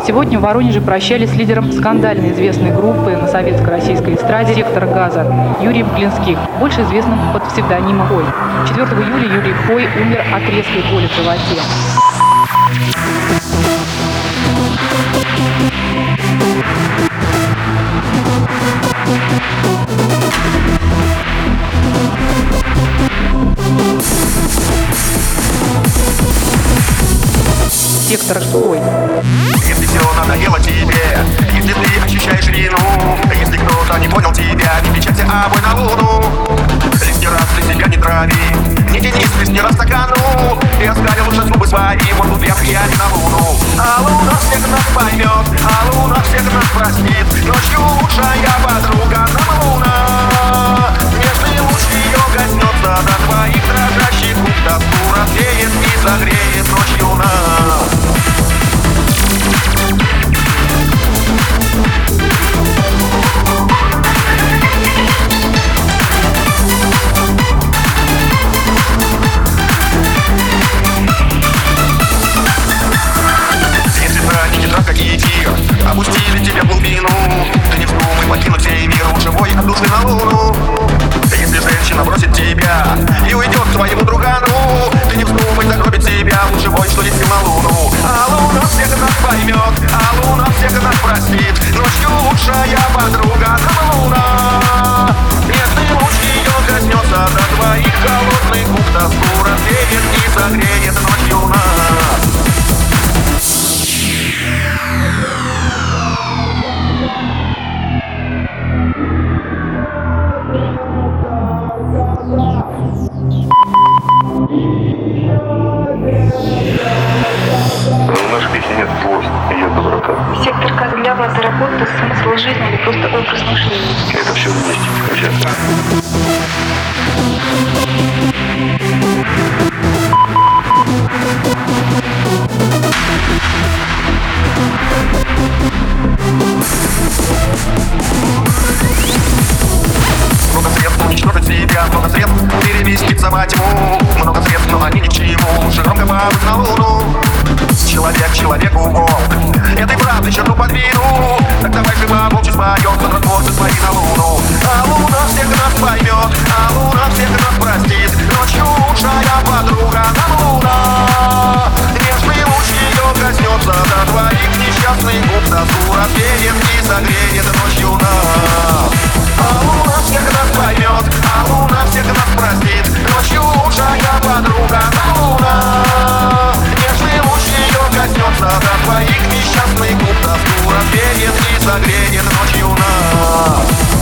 Сегодня в Воронеже прощались с лидером скандально известной группы на советско-российской эстраде «Сектор газа» Юрием Глинских, больше известным под псевдонимом Хой. 4 июля Юрий Хой умер от резкой боли в животе. Сектор Хой. Если все надоело тебе, если ты ощущаешь вину, если кто-то не понял тебя, не печалься, обой на луну. Лишний раз ты себя не трави, не тянись лишний раз стакану, и остави лучше зубы свои, морду вверх, я не на луну. А луна всех нас поймет, а луна всех нас простит, ночью лучшая подруга нам луна. Нежный луч ее коснется до твоих дрожащих губ, тоску развеет и согреет ночью нас. Опустили тебя в глубину, ты не вздумай покинуть сей мир, живой от души на луну. Если женщина бросит тебя и уйдет к твоему другану, ты не вздумай загробить себя, живой, что летит на луну. А луна всех нас поймет, а луна всех нас простит, ночью лучшая подруга нам луна. Нежный луч ее коснется до твоих холодных губ, тоску развеет и согреет ночью нас. В нашей песне нет злости, есть доброта. Сектор газа для вас работа, смысл жизни или просто образ мышления? Это все вместе. Много средств уничтожить себя, много средств переместиться во тьму. Много средств, но они ни к чему, уже громко падают на луну. Человек человеку волк, этой правды черту подвину. Так давай же молча споем, за свои на луну. А луна всех нас поймет, а луна всех нас простит, ночью лучшая подруга нам луна. Нежный луч ее коснется до твоих несчастных губ, тоску развеет и согреет ночью нас. А луна всех нас поймет, а луна всех нас простит, ночью лучшая подруга нам луна. Нежный луч ее коснется до твоих несчастных губ, тоску развеет и согреет ночью нас.